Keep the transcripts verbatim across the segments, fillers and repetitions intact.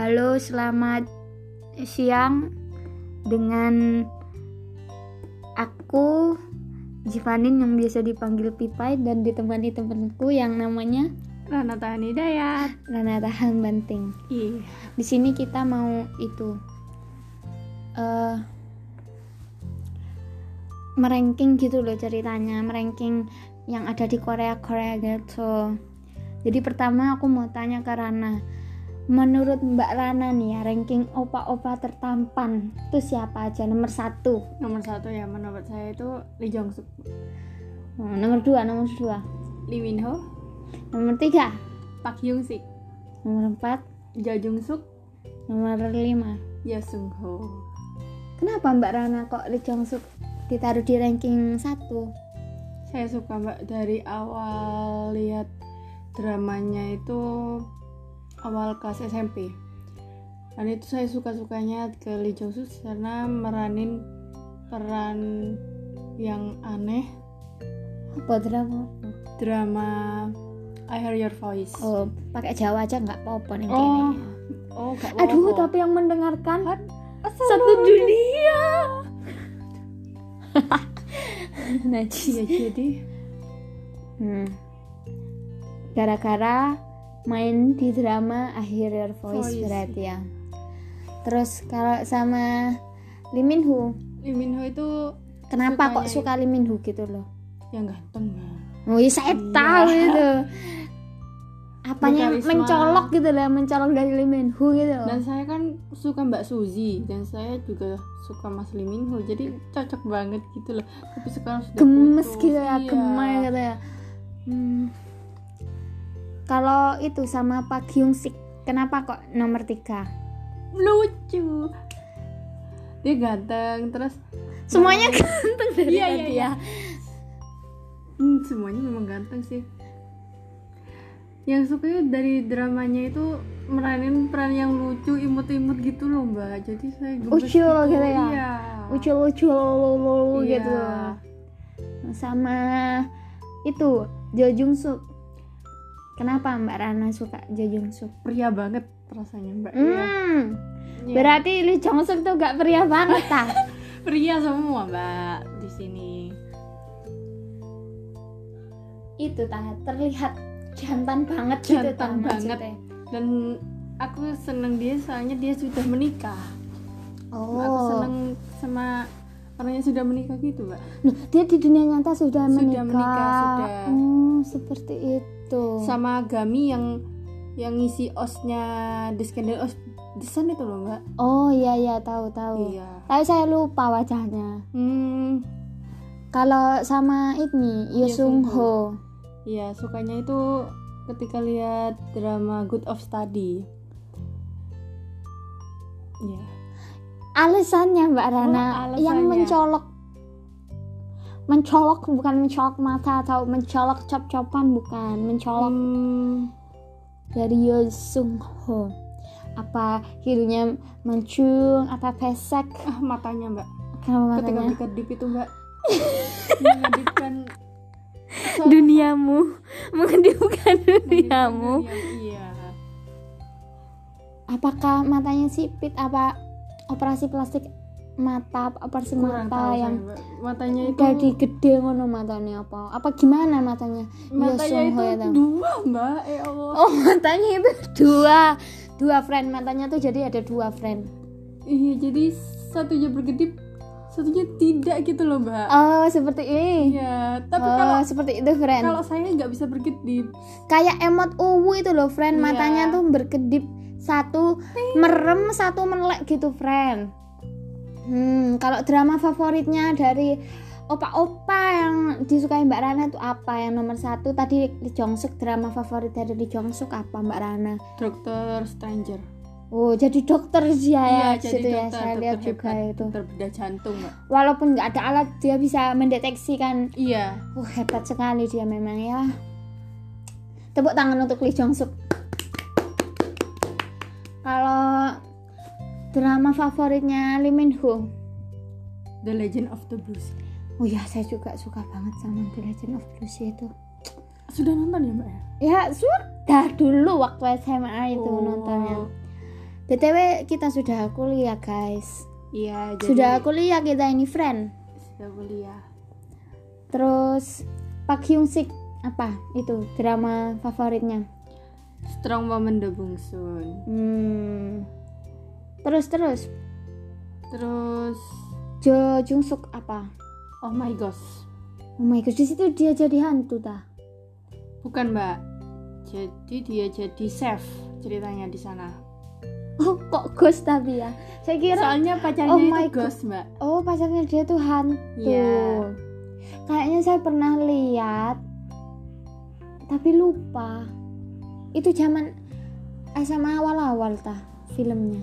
Halo, selamat siang dengan aku Jivanin yang biasa dipanggil Pipai dan ditemani temanku yang namanya Rana Tahan Hidayat. Rana Tahan Banting. Iya. Di sini kita mau itu uh, meranking gitu loh ceritanya, meranking yang ada di Korea-Korea gitu. Jadi pertama aku mau tanya ke Rana, menurut Mbak Rana nih ya, ranking opa-opa tertampan itu siapa aja? Nomor satu. Nomor satu ya menurut saya itu Lee Jong Suk. Oh, nomor dua, nomor dua. Lee Min Ho. Nomor tiga. Park Hyung Sik. Nomor empat. Ja Jung Suk. Nomor lima. Ya Sung Ho. Kenapa Mbak Rana kok Lee Jong Suk ditaruh di ranking satu? Saya suka Mbak dari awal lihat dramanya itu awal kelas S M P. Dan itu saya suka-sukanya ke Lee Jong Suk karena meranin peran yang aneh. Apa drama? Drama I Hear Your Voice. Oh, pakai Jawa aja nggak apa-apa nih Oh, kayaknya. oh gak Aduh, apa-apa. tapi yang mendengarkan Asal satu dunia. Najis. ya jadi Hmm. Gara-gara main di drama I Hear Your Voice, Voice. berarti ya. Terus kalau sama Lee Min Ho, Lee Min Ho itu kenapa kok sukanya suka Lee Min Ho gitu loh? yang ganteng Mbak. Oh iya, saya Iya. tahu itu. Apanya Berkarisma. mencolok gitu lah, mencolok dari Lee Min Ho gitu loh. Dan saya kan suka Mbak Suzy dan saya juga suka Mas Lee Min Ho, jadi cocok banget gitu loh. Tapi sekarang sudah Gemes putus. gitu ya, Iya. gemes gitu ya. Hmm. Kalau itu sama Park Hyung Sik, kenapa kok nomor tiga? Lucu. Dia ganteng, terus Semuanya ganteng dari Iya, tadi iya, ya. iya. hmm, semuanya memang ganteng sih. Yang suka dari dramanya itu meranin peran yang lucu, imut-imut gitu loh Mbak. Jadi saya gemes Ucul gitu ya? Iya. Lucu-lucu lulu Iya. gitu. Sama itu Jo Jung Suk. Kenapa Mbak Rana suka Jo Jung Suk? Pria banget rasanya Mbak. Iya. Hmm. Iya. Berarti Lee Jong Suk tuh gak pria banget ah. Pria semua Mbak di sini. Itu tah terlihat jantan banget gitu tah Jantan banget. maksudnya. Dan aku seneng dia soalnya dia sudah menikah. Oh. Aku seneng sama orang yang sudah menikah gitu Mbak. Loh, dia di dunia nyata sudah, Sudah menikah. menikah, sudah. Oh, seperti itu. Sama Gami yang yang ngisi osnya The Scandal of the Sun itu loh Mbak. Oh iya iya, tahu tahu. Iya. Tapi saya lupa wajahnya. Hmm, Kalau sama ini Yoo Yoo Sung Sung Ho. iya sukanya itu ketika lihat drama Good of Study. Iya. Alasannya Mbak Rana Oh, alasannya. yang mencolok mencolok bukan mencolok mata atau mencolok cop-copan, bukan mencolok Hmm, dari Yoo Sung Ho. Apa hidungnya mancung, apa pesek? ah matanya Mbak. Kalau Ketika matanya berkedip itu Mbak mengedipkan duniamu, mengedipkan duniamu. Iya. Apakah matanya sipit? Apa operasi plastik mata? Operasi Kurang mata tahu yang saya, Mbak. Matanya itu jadi gede ngono matanya apa? Apa gimana matanya? matanya Yoo Sung itu Ho ya, tahu? dua Mbak. Eh Allah. Oh, matanya itu dua. Dua friend, matanya tuh jadi ada dua friend. Iya, jadi satunya berkedip, satunya tidak gitu loh Mbak. Oh, seperti ini. Iya, tapi Oh, kalau seperti itu friend. kalau saya nggak bisa berkedip. Kayak emot uwu itu loh friend, Iya. matanya tuh berkedip, satu merem, satu melek gitu friend. Hmm, kalau drama favoritnya dari opa-opa yang disukai Mbak Rana itu apa? Yang nomor satu tadi Lee Jong Suk, drama favorit dari Lee Jong Suk apa Mbak Rana? Dokter Stranger. Oh, jadi dokter dia ya, Iya, di jadi situ ya. dokter, Saya dokter lihat juga hebat, itu. dokter bedah jantung Mbak. Walaupun nggak ada alat, dia bisa mendeteksi kan. Iya. Uh, hebat sekali dia memang ya. Tepuk tangan untuk Lee Jong Suk. Kalau drama favoritnya Lee Min Ho, The Legend of the Blue Sea. oh ya saya juga suka banget sama The Legend of Blue Sea itu. Sudah nonton ya Mbak ya? Ya sudah dulu waktu S M A itu Oh. nontonnya. B T W kita sudah kuliah guys. Iya, jadi Sudah kuliah kita ini friend. sudah kuliah. Terus Park Hyung Sik apa itu drama favoritnya? Strong Woman The Bungsun. Hmm. Terus terus Terus Jo Jung Suk apa? Oh My Gosh. Oh my god, di situ dia jadi hantu tah. Bukan, Mbak. Jadi dia jadi chef ceritanya di sana. Oh, kok ghost tapi ya. Saya kira Soalnya pacarnya Oh itu my ghost, Mbak. oh pacarnya dia tuh hantu. Iya. Kayaknya saya pernah lihat tapi lupa. Itu zaman S M A awal-awal tah filmnya.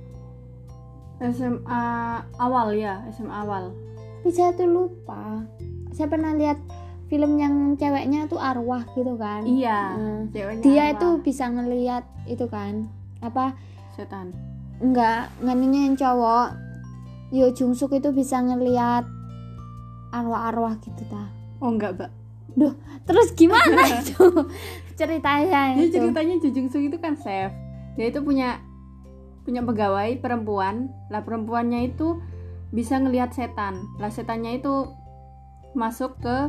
S M A awal ya, S M A awal. Tapi saya tuh lupa. Saya pernah lihat film yang ceweknya tuh arwah gitu kan. Iya. Nah, Ceweknya dia awal. itu bisa ngelihat itu kan. Apa setan. enggak nganunya yang cowok Yo Jung Suk itu bisa ngelihat arwah-arwah gitu ta. Oh enggak, Mbak. Duh, terus gimana itu ceritanya Jadi itu? ceritanya Jo Jung Suk itu kan chef. Dia itu punya punya pegawai perempuan. Lah perempuannya itu bisa ngelihat setan. Lah setannya itu masuk ke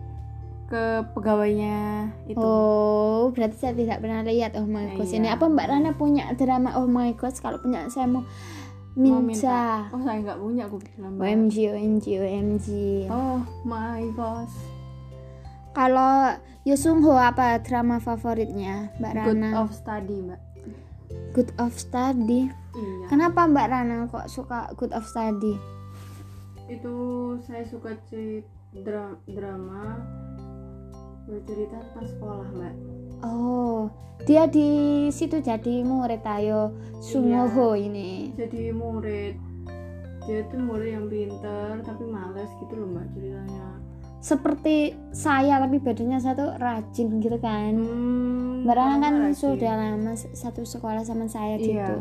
ke pegawainya itu. Oh, berarti saya tidak pernah lihat Oh My Gosh Iya. ini. Apa Mbak Rana punya drama Oh My Gosh? Kalau punya saya mau Mau minta. Oh, saya nggak punya, aku bilang, O Mbak. M G, O M G, O M G. Oh my gosh. Kalau Yoo Sung Ho apa drama favoritnya Mbak Good Rana? of Study, Mbak. Good of Study. Iya. Kenapa Mbak Rana kok suka Good of Study? Itu saya suka cerita dra- drama bercerita tentang sekolah, Mbak. Oh, dia di situ jadi murid Tayo Sumoho ini. Jadi murid. Dia tuh murid yang pinter tapi males gitu loh, Mbak, ceritanya. Seperti saya tapi badannya satu rajin gitu kan. Hmm, Mbak Rana kan rajin. sudah lama s- satu sekolah sama saya gitu. Iya.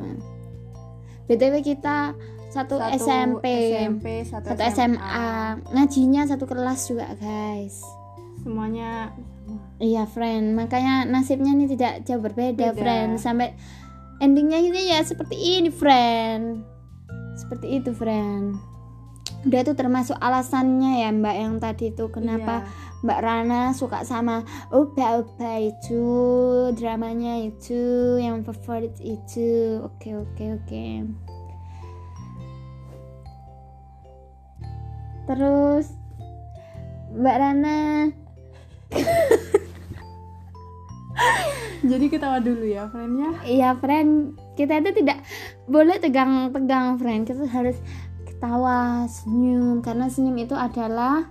B T W kita satu, Satu S M P, S M P, satu, satu S M A, ngajinya satu kelas juga guys. Semuanya Iya friend, makanya nasibnya ini tidak jauh berbeda Beda. friend. Sampai endingnya ini ya seperti ini friend. Seperti itu friend. Udah itu termasuk alasannya ya Mbak yang tadi itu kenapa iya. Mbak Rana suka sama opa-opa itu, dramanya itu, yang favorit itu. Oke oke oke. Terus Mbak Rana Jadi ketawa dulu ya, friendnya. iya friend, kita itu tidak boleh tegang-tegang friend, kita harus ketawa, senyum, karena senyum itu adalah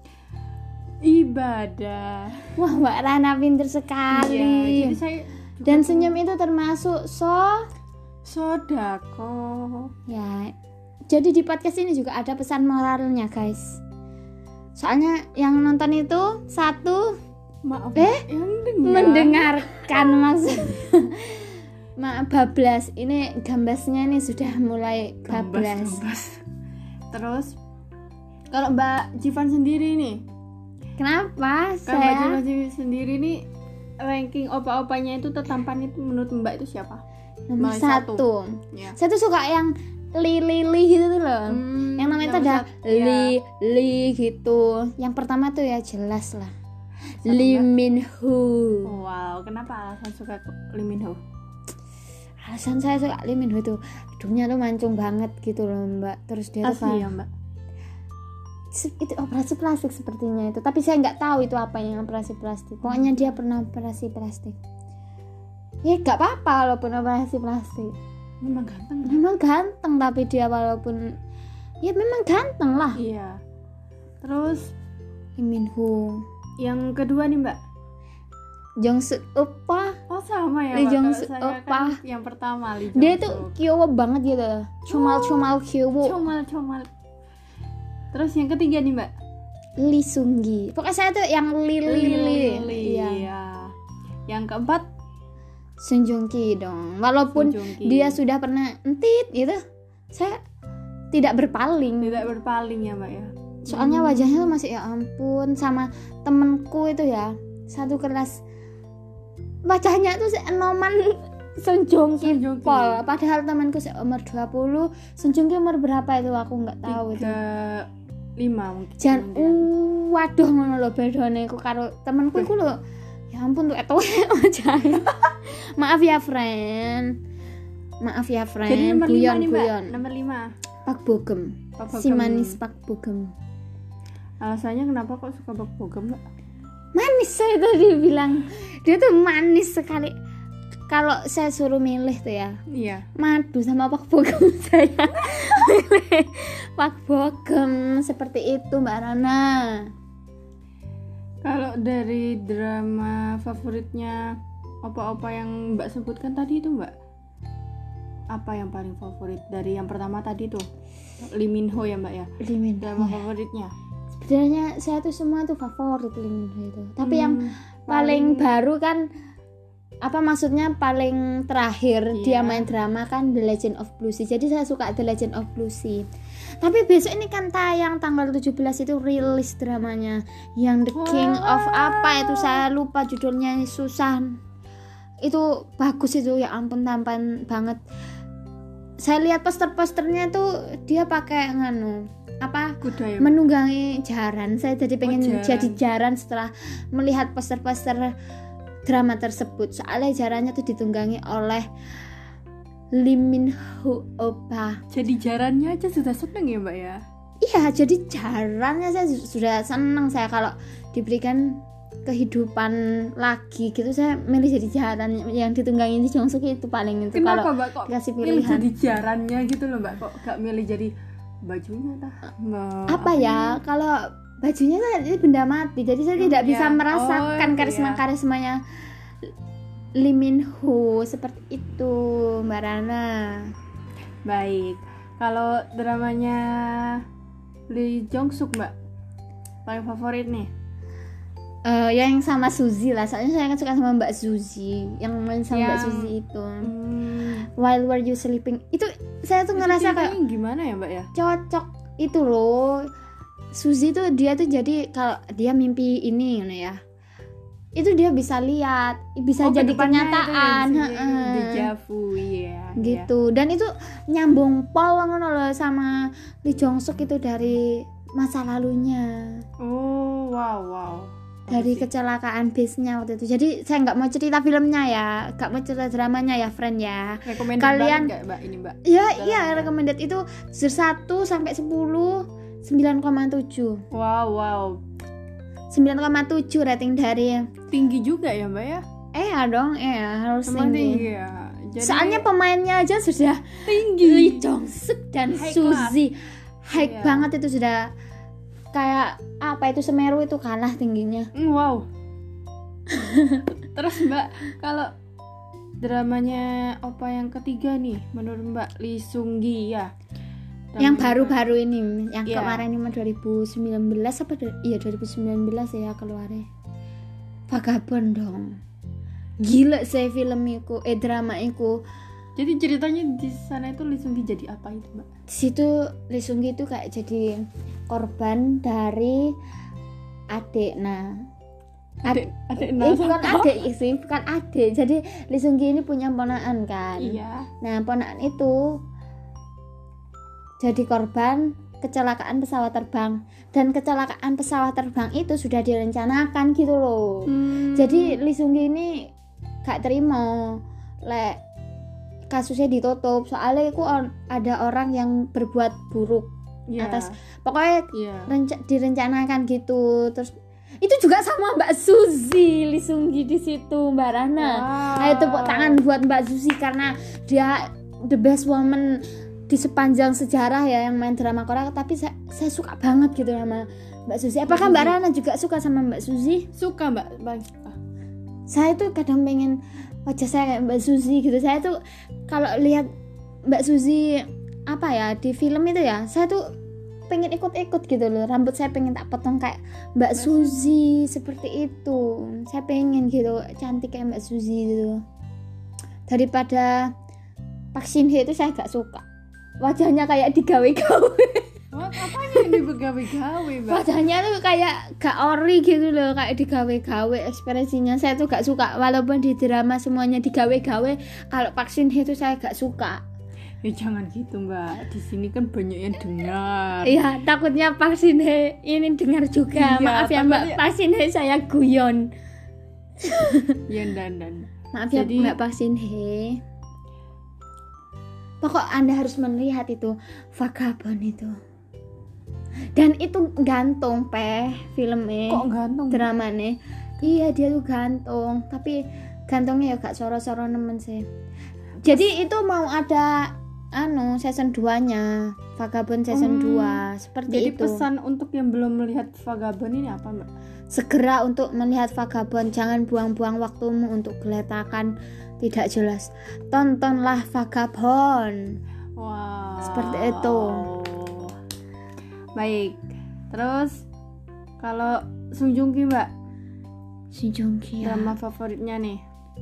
Ibadah. wah Mbak Rana pinter Iya, sekali. jadi saya juga Dan tuh senyum itu termasuk so sodako. ya. Jadi di podcast ini juga ada pesan moralnya guys. Soalnya yang nonton itu satu Maaf, Eh? yang dengar. mendengarkan maksud maaf bablas, ini gambasnya ini sudah mulai bablas. Gambas. Terus kalau Mbak Jivan sendiri nih, Kenapa kan Mbak saya Jivan sendiri nih ranking opa-opanya itu tertampan itu menurut Mbak itu siapa? nomor Nomor satu? satu. Ya. Saya tuh suka yang li li li gitu tuh loh. Hmm, Yang namanya itu nomor ada satu, li ya. li gitu. Yang pertama tuh ya jelas lah. Satu Lee Mbak. Min Ho. Wow, kenapa alasan suka Lee Min Ho? Alasan saya suka Lee Min Ho itu hidungnya tuh mancung banget gitu loh Mbak. Terus dia tuh Asli kayak ya, Mbak. Se- itu operasi plastik sepertinya itu, tapi saya nggak tahu itu apa yang operasi plastik. Pokoknya dia pernah operasi plastik. Ya nggak apa-apa walaupun operasi plastik. Memang ganteng. Memang ganteng tapi dia walaupun ya memang ganteng lah. Iya. Terus Lee Min Ho, yang kedua nih, Mbak. Jong Suk Oppa, Oh, sama ya, Lee Mbak. Jong Kalau Suk saya Oppa. kan yang pertama Lee dia Jong tuh Suk. kyowo banget gitu, comal-comal kyowo. Comal-comal. Terus yang ketiga nih, Mbak. Lee Sung Gi. Pokoknya saya tuh yang Lee Lee Lee. Iya. Iya. Yang keempat Sun Joong Ki dong. Walaupun Sun Joong Ki. dia sudah pernah entit gitu, saya tidak berpaling. tidak berpaling ya, Mbak ya. Soalnya wajahnya tuh masih ya ampun, sama temenku itu ya satu kelas, wajahnya tuh seenoman Sun Joong Ki Sun Joong Ki. pol. Padahal temanku se- umur dua puluh, Sun Joong Ki umur berapa itu aku nggak tahu itu. tiga lima mungkin. Jan dia. uh, waduh ngono lho bedone ku karo temanku iku lho. Ya ampun tuh etuwek aja. Maaf ya, friend. Maaf ya, friend. Jadi nomor lima guyon nih Mbak, guyon. nomor lima. Pak Bogem. Pak Bogem. Si manis Pak Bogem. Alasannya kenapa kok suka Pak Bogem Mbak? Manis saya tadi bilang. Dia tuh manis sekali. Kalau saya suruh milih tuh ya, Iya. madu sama Pak Bogem saya milih Pak Bogem seperti itu Mbak Rana. Kalau dari drama favoritnya opa-opa yang Mbak sebutkan tadi itu Mbak, apa yang paling favorit dari yang pertama tadi tuh? Lee Min Ho ya Mbak ya? Lee Min Ho, Drama ya. favoritnya. Sebenarnya saya tuh semua tuh favorit Lee Min Ho itu. Tapi Hmm, yang paling paling- baru kan apa maksudnya paling terakhir Iya. dia main drama kan The Legend of Blue Sea. Jadi saya suka The Legend of Blue Sea. Tapi besok ini kan tayang tanggal tujuh belas itu rilis dramanya yang The King of apa itu saya lupa judulnya, susah. Itu bagus itu, ya ampun tampan banget. Saya lihat poster-posternya tuh dia pakai nganu apa Kuda ya Mbak? menunggangi jaran. Saya jadi pengen jaran. jadi jaran setelah melihat poster-poster drama tersebut. Soalnya jarannya tuh ditunggangi oleh Lee Min Ho Oppa. Jadi jarannya aja sudah seneng ya Mbak ya? Iya, jadi jarannya saya su- sudah seneng. Saya kalau diberikan kehidupan lagi gitu, saya milih jadi jaran yang ditunggangi Lee Jong Suk itu paling itu. Kenapa Kalau Mbak kok dikasih milih pilihan jadi jarannya gitu loh Mbak? Kok gak milih jadi bajunya dah Mbak? apa ya, kalau bajunya kan ini benda mati, jadi saya tidak Ya. bisa merasakan Oh, karisma karismanya Lee Min Ho seperti itu Mbak Rana. Baik. Kalau dramanya Lee Jong Suk Mbak, paling favorit nih? Eh, yang sama Suzy lah, soalnya saya kan suka sama Mbak Suzy, yang main sama Mbak Yang- Suzy itu. Hmm, While Were You Sleeping itu saya tuh itu ngerasa kayak ceritanya gimana ya Mbak ya? cocok itu loh. Suzy tuh dia tuh jadi kalau dia mimpi ini gitu ya, itu dia bisa lihat, bisa Oh, jadi kedepannya kenyataan, itu ya, heeh. bisa dejavu ya. Gitu. Dan itu nyambung pol ngono loh sama Lee Jong Suk itu dari masa lalunya, Oh, wow wow. dari Bagus sih. kecelakaan bisnya waktu itu. Jadi saya nggak mau cerita filmnya ya, nggak mau cerita dramanya ya, friend ya. Recommended kalian- banget nggak, Mbak ini Mbak? Ya Dalam iya, ya. recommended itu dari satu sampai sepuluh sembilan koma tujuh. Wow wow. sembilan koma tujuh rating dari Tinggi juga ya Mbak ya? eh ya dong, eh ya, harus Emang tinggi. tinggi ya. Jadi Soalnya pemainnya aja sudah tinggi. Lee Jong Suk dan High Suzy high Iya. banget, itu sudah kayak apa itu Semeru itu kalah tingginya. Mm, wow. Terus Mbak, kalau dramanya opa yang ketiga nih, menurut Mbak Lee Sung Gi ya? Yang Dramanya- baru-baru ini, yang Iya. kemarin ini dua ribu sembilan belas apa du- iya dua ribu sembilan belas ya keluarnya. Vagabond dong. Gila saya film iku, eh drama iku. Jadi ceritanya di sana itu Lee Sung Gi jadi apa itu Mbak? Di situ Lee Sung Gi itu kayak jadi korban dari adik. Nah, Adik, adik eh, Nasa. bukan adik sih, bukan adik. Jadi Lee Sung Gi ini punya ponakan kan. Iya. Nah, ponakan itu jadi korban kecelakaan pesawat terbang, dan kecelakaan pesawat terbang itu sudah direncanakan gitu loh. Hmm. Jadi Lee Sung Gi ini gak terima lek kasusnya ditutup, soalnya itu on- ada orang yang berbuat buruk Iya. atas, pokoknya Iya. renca- direncanakan gitu. Terus itu juga sama Mbak Suzy, Lee Sung Gi di situ Mbak Rana. Wow. Ayo tepuk tangan buat Mbak Suzy karena dia the best woman di sepanjang sejarah ya yang main drama Korea. Tapi saya, saya suka banget gitu sama Mbak Suzy. Apakah Mbak Rana juga suka sama Mbak Suzy? Suka Mbak, paling suka. Saya tuh kadang pengen wajah saya kayak Mbak Suzy gitu. Saya tuh kalau lihat Mbak Suzy apa ya di film itu ya, saya tuh pengen ikut-ikut gitu loh. Rambut saya pengen tak potong kayak Mbak Suzy seperti itu. Saya pengen gitu cantik kayak Mbak Suzy gitu. Daripada Park Shin Hye itu saya gak suka. Wajahnya kayak digawe-gawe. Wah, apanya ini begawe-gawe, Mbak? Wajahnya tuh kayak gak ori gitu loh, kayak digawe-gawe ekspresinya. Saya tuh gak suka, walaupun di drama semuanya digawe-gawe. Kalau Park Shin Hye itu saya gak suka. Ya jangan gitu, Mbak. Di sini kan banyak yang dengar. Iya, takutnya Park Shin Hye ini dengar juga. Iya, Maaf ya Mbak takutnya- Park Shin Hye, saya guyon. Ya dan dan. Maaf ya Jadi- Mbak Park Shin Hye. Pokok Anda harus melihat itu Vagabond itu. Dan itu gantung peh filmnya. Kok gantung? Dramanya. Iya, dia tuh gantung, tapi gantungnya ya gak soro-soro nemen sih. Jadi itu mau ada anu season dua-nya, Vagabond season Hmm, dua seperti Jadi itu. pesan untuk yang belum melihat Vagabond ini apa, Mbak? Segera untuk melihat Vagabond, jangan buang-buang waktumu untuk geletakan tidak jelas. Tontonlah Vagabond. Wow. Seperti itu. Baik. Terus kalau Sung Joong Ki, Mbak, Shin Joong Ki ya. drama favoritnya nih.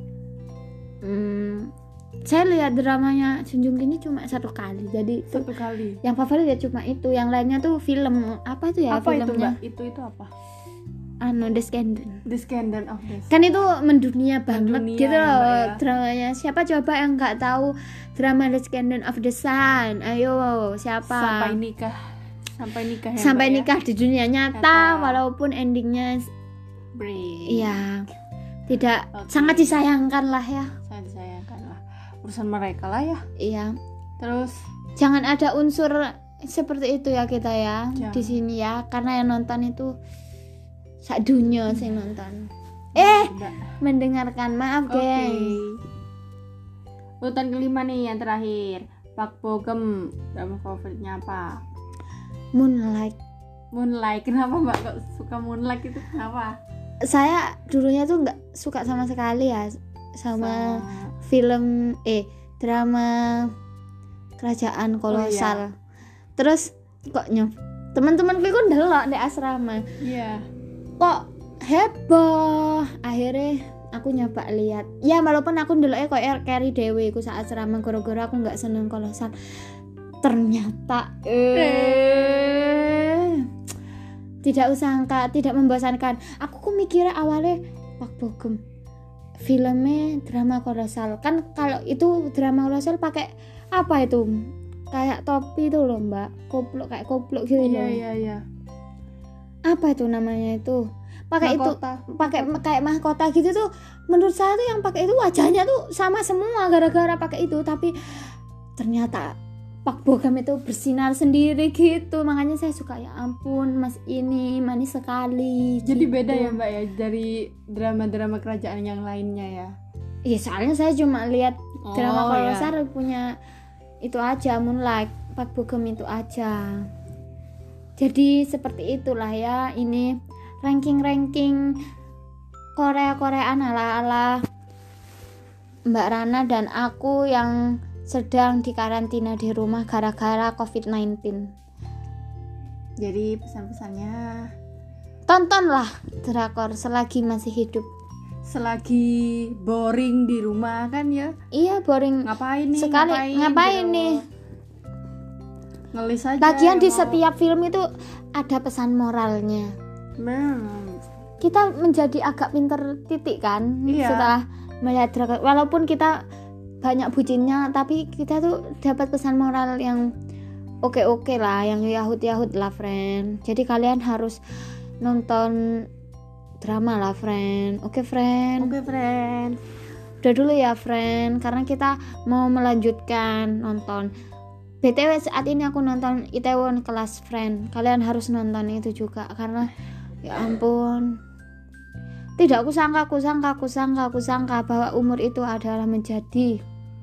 Hmm, saya lihat dramanya Shin Joong Ki ini cuma satu kali. Jadi tuh, Satu kali. yang favorit ya cuma itu. Yang lainnya tuh film apa tuh ya Apa itu, filmnya? Mbak? Itu itu apa? Anu The Scandal. The Scandal of the Kan itu mendunia banget Mendunia, gitu loh Mbak, ya. dramanya. Siapa coba yang nggak tahu drama The Scandal of the Sun? Ayo, siapa? sampai nikah. Sampai nikah ya, Sampai Mbak, nikah di dunia nyata, Nyata. walaupun endingnya ya? Break. iya tidak Oke. sangat disayangkan lah ya. Saya disayangkan lah. Urusan mereka lah ya. Iya. Terus Jangan ada unsur seperti itu ya kita ya Jangan. di sini ya, karena yang nonton itu sak dunia sing nonton. Eh, Mbak. mendengarkan, maaf Oke. geng. Urutan kelima nih yang terakhir. Park Bo Gum, drama favoritnya apa? Moonlight. Moonlight. Kenapa Mbak kok suka Moonlight itu? Kenapa? Saya dulunya tuh nggak suka sama sekali ya sama, Sama- film eh drama Kerajaan Kolosal. Terus kok nyob teman-temanku itu ndelok di asrama. Iya. Kok heboh. Akhirnya aku nyoba lihat. Ya walaupun aku ndeloknya kok carry dewe iku sak asrama gara-gara aku nggak seneng Kolosal. Ternyata eh tidak usangka, tidak membosankan. Aku ku mikirnya awalnya Pak Bogem filmnya drama kolosal. Kan kalau itu drama kolosal pakai apa itu? Kayak topi itu loh, Mbak. Koplok kayak koplok gitu Iya loh. iya iya. Apa itu namanya itu? Pakai itu Mahkota. pakai kayak mahkota gitu tuh. Menurut saya tuh yang pakai itu wajahnya tuh sama semua gara-gara pakai itu, tapi ternyata Pak Bogem itu bersinar sendiri gitu. Makanya saya suka, ya ampun, Mas ini manis sekali. Jadi gitu. beda ya Mbak ya dari drama-drama kerajaan yang lainnya ya. Iya, soalnya saya cuma lihat drama Oh, ya. kolosal punya itu aja, Moonlight, Pak Bogem itu aja. Jadi seperti itulah ya, ini ranking-ranking Korea-Koreaan ala-ala Mbak Rana dan aku yang sedang dikarantina di rumah gara-gara covid sembilan belas. Jadi pesan-pesannya Tontonlah drakor selagi masih hidup. selagi boring di rumah kan ya, Iya, boring ngapain nih? sekali. Ngapain gitu. nih? Ngelis aja. Bagian yang di mau. setiap film itu ada pesan moralnya. Hmm. Kita menjadi agak pinter titik kan Iya. setelah melihat drakor. Walaupun kita banyak bucinnya, tapi kita tuh dapat pesan moral yang oke-oke lah, yang yahut-yahut lah, friend. Jadi kalian harus nonton drama lah, friend. Oke, friend. Oke, friend. Udah dulu ya, friend, karena kita mau melanjutkan nonton. B T W saat ini aku nonton Itaewon Class, friend. Kalian harus nonton itu juga karena ya ampun. Tidak aku sangka, aku sangka, aku sangka, aku sangka bahwa umur itu adalah menjadi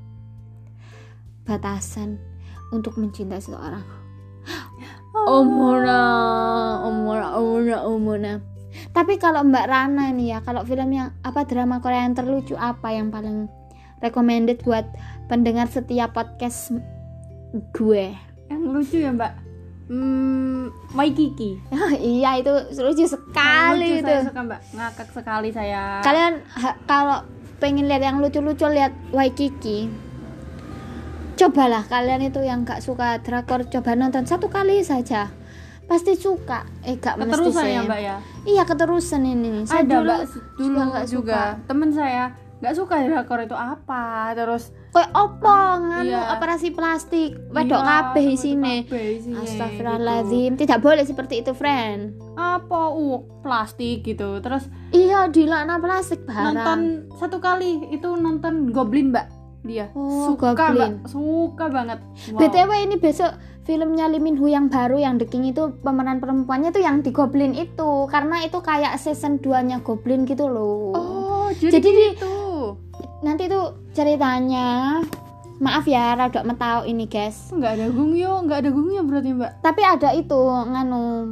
batasan untuk mencintai seseorang. Omona, omona, omona, omona. Tapi kalau Mbak Rana nih ya, kalau film yang apa drama Korea yang terlucu apa yang paling recommended buat pendengar setiap podcast gue? Yang lucu ya Mbak. Hmm, Waikiki. Iya, itu lucu sekali Lucu, itu. saya suka Mbak. Ngakak sekali saya. Kalian ha- kalau pengen lihat yang lucu-lucu lihat Waikiki. Cobalah kalian itu yang gak suka drakor, coba nonton satu kali saja, pasti suka. Eh gak mesti Keterusan sih ya mbak ya. Iya keterusan ini. Saya Ada dulu mbak dulu juga nggak juga temen saya nggak suka drakor itu apa, terus kayak opo nganu Iya. operasi plastik wedok iya, kabeh wedok isine. kabeh isinya, Astagfirullahaladzim, tidak boleh seperti itu, friend. gitu. Apa uh plastik gitu, terus Iya, dilaknat plastik barang. nonton satu kali itu nonton Goblin mbak dia. Oh, suka Goblin. mbak, suka banget. Wow. B T W ini besok filmnya Lee Min Ho yang baru yang The King itu pemeran perempuannya tuh yang di Goblin itu, karena itu kayak season dua-nya Goblin gitu loh. Oh, jadi, Jadi di- gitu. Nanti tuh ceritanya, maaf ya rada metau ini guys, Nggak ada Gungyo, nggak ada Gungyo berarti mbak. tapi ada itu nganu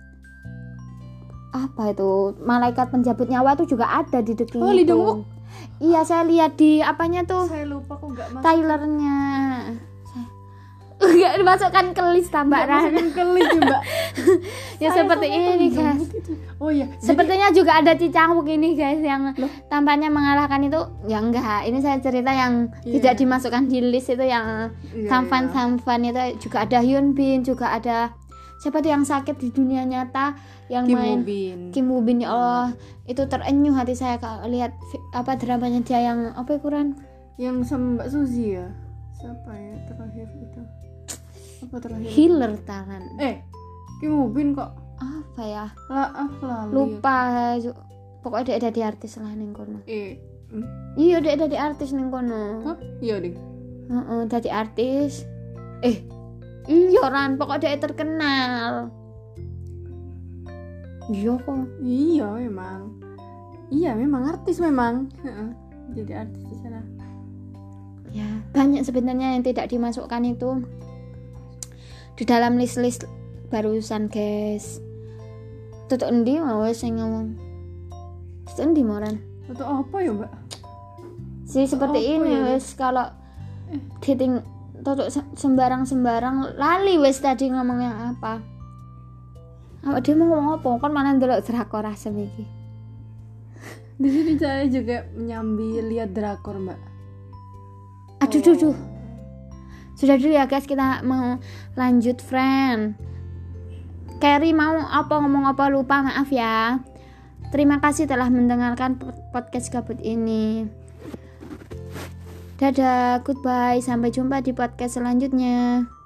apa itu malaikat penjabut nyawa itu juga ada di The King Oh, Lee itu. Dong Wook. Iya, saya lihat di apanya tuh Saya lupa kok nggak masuk. trailernya. Enggak dimasukkan ke list tambah Masukin ke list ya, mbak. ya Saya seperti sama ini Lee Dong guys. Wook itu. Oh iya. jadi- Sepertinya juga ada Cicangwook ini guys yang tampaknya mengalahkan itu. Ya enggak, ini saya cerita yang Iya. tidak dimasukkan di list itu yang Iya, Samfan iya. Samfan itu juga ada Hyun Bin, juga ada siapa tuh yang sakit di dunia nyata yang Kim main Woo Bin. Kim Woo Bin. Ya Allah, itu terenyuh hati saya kalau lihat vi- apa dramanya dia yang apa ukuran Yang sama Mbak Suzy ya. Siapa ya terakhir itu? Apa terakhir? healer tangan. Eh, Kim Woo Bin kok Apa ya? lah ah lali. Lupa. Pokoknya dia ada di artis lah ning kono. Eh. hmm? Iya, dia ada di artis ning kono. Hah? Iya deh. Heeh, dadi artis. Eh, iya Ran, pokoknya dia terkenal. Iya kok. Iya memang. Iya memang artis memang. Heeh. Jadi artis di sana. Ya, banyak sebenarnya yang tidak dimasukkan itu di dalam list-list barusan, guys. Tutuk endi mau wis sing ngomong. Tutuk endi moran? Atau apa ya mbak? Sih seperti apa ini ya? wis kalau dating tutuk se- sembarang-sembarang lali wis tadi ngomongnya apa. Apa dia mau ngomong apa? Kan mana ndelok drakor asem iki. Di sini saya juga menyambi lihat drakor mbak. Aduh, Oh. duh, duh. Sudah dulu ya guys, kita mau lanjut, friend. Carrie mau apa ngomong apa lupa, maaf ya. Terima kasih telah mendengarkan podcast gabut ini. Dadah, goodbye, sampai jumpa di podcast selanjutnya.